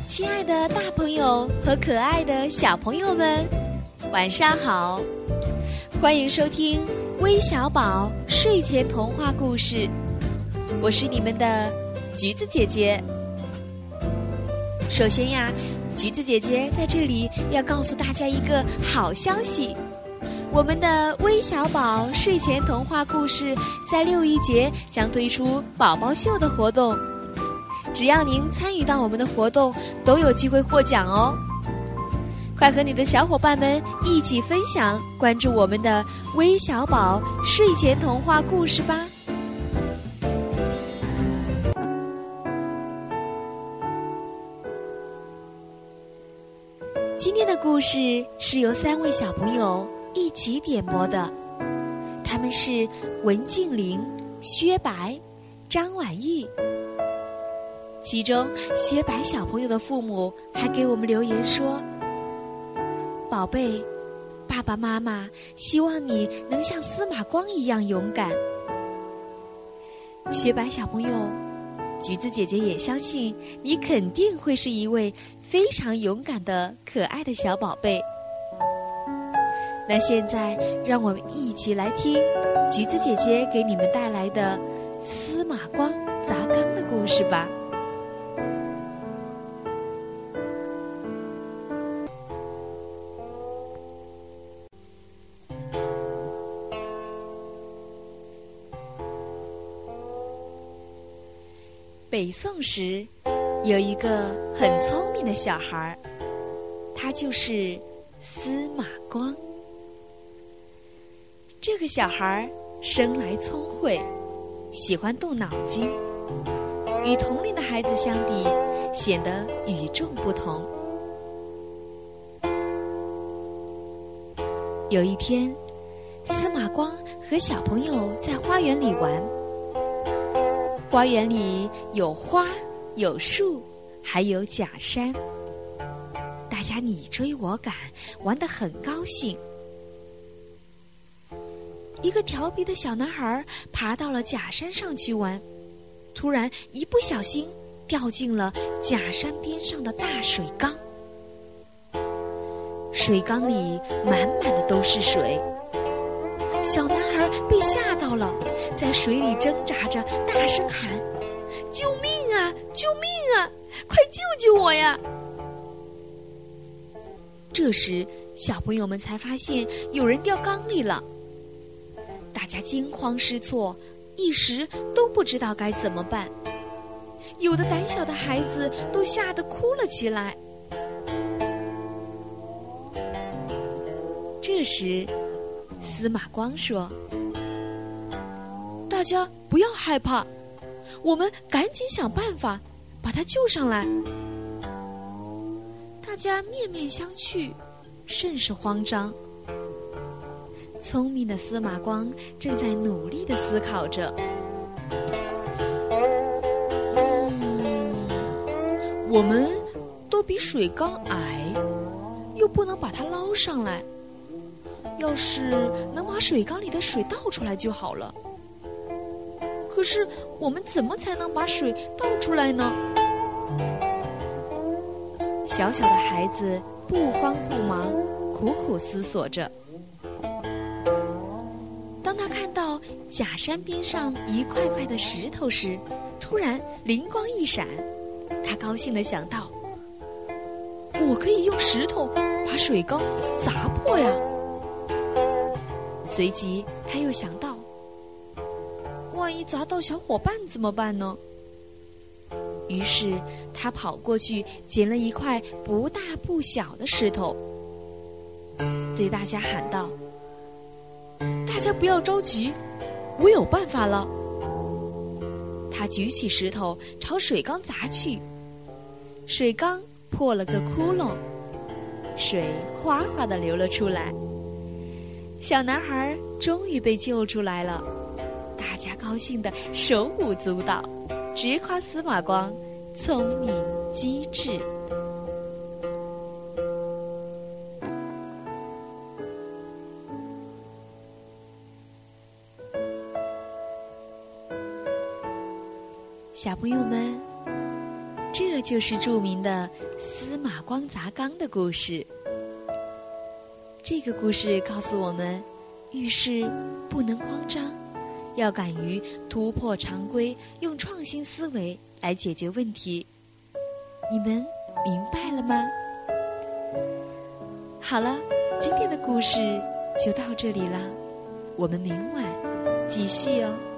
亲爱的大朋友和可爱的小朋友们，晚上好！欢迎收听微小宝睡前童话故事，我是你们的橘子姐姐。首先呀，橘子姐姐在这里要告诉大家一个好消息，我们的微小宝睡前童话故事在6一节将推出宝宝秀的活动，只要您参与到我们的活动，都有机会获奖哦！快和你的小伙伴们一起分享，关注我们的微小宝睡前童话故事吧。今天的故事是由3位小朋友一起点播的，他们是文静玲、薛白、张婉玉。其中薛白小朋友的父母还给我们留言说，宝贝，爸爸妈妈希望你能像司马光一样勇敢。薛白小朋友，橘子姐姐也相信你肯定会是一位非常勇敢的可爱的小宝贝。那现在让我们一起来听橘子姐姐给你们带来的司马光砸缸的故事吧。北宋时，有一个很聪明的小孩，他就是司马光。这个小孩生来聪慧，喜欢动脑筋，与同龄的孩子相比，显得与众不同。有一天，司马光和小朋友在花园里玩。花园里有花，有树，还有假山，大家你追我赶，玩得很高兴。一个调皮的小男孩爬到了假山上去玩，突然一不小心掉进了假山边上的大水缸。水缸里满满的都是水，小男孩被吓到了，在水里挣扎着，大声喊：救命啊！救命啊！快救救我呀！这时，小朋友们才发现有人掉缸里了，大家惊慌失措，一时都不知道该怎么办。有的胆小的孩子都吓得哭了起来。这时，司马光说：大家不要害怕，我们赶紧想办法把他救上来。大家面面相觑，甚是慌张。聪明的司马光正在努力地思考着，我们都比水缸矮，又不能把它捞上来，要是能把水缸里的水倒出来就好了。可是我们怎么才能把水倒出来呢？小小的孩子不慌不忙，苦苦思索着。当他看到假山边上一块块的石头时，突然灵光一闪，他高兴地想到，我可以用石头把水缸砸破呀！随即他又想到，万一砸到小伙伴怎么办呢？于是他跑过去捡了一块不大不小的石头，对大家喊道：大家不要着急，我有办法了。他举起石头朝水缸砸去，水缸破了个窟窿，水哗哗地流了出来。小男孩终于被救出来了，大家高兴得手舞足蹈，直夸司马光聪明机智。小朋友们， 这就是著名的司马光砸缸的故事。这个故事告诉我们，遇事不能慌张，要敢于突破常规，用创新思维来解决问题。你们明白了吗？好了，今天的故事就到这里了，我们明晚继续哦。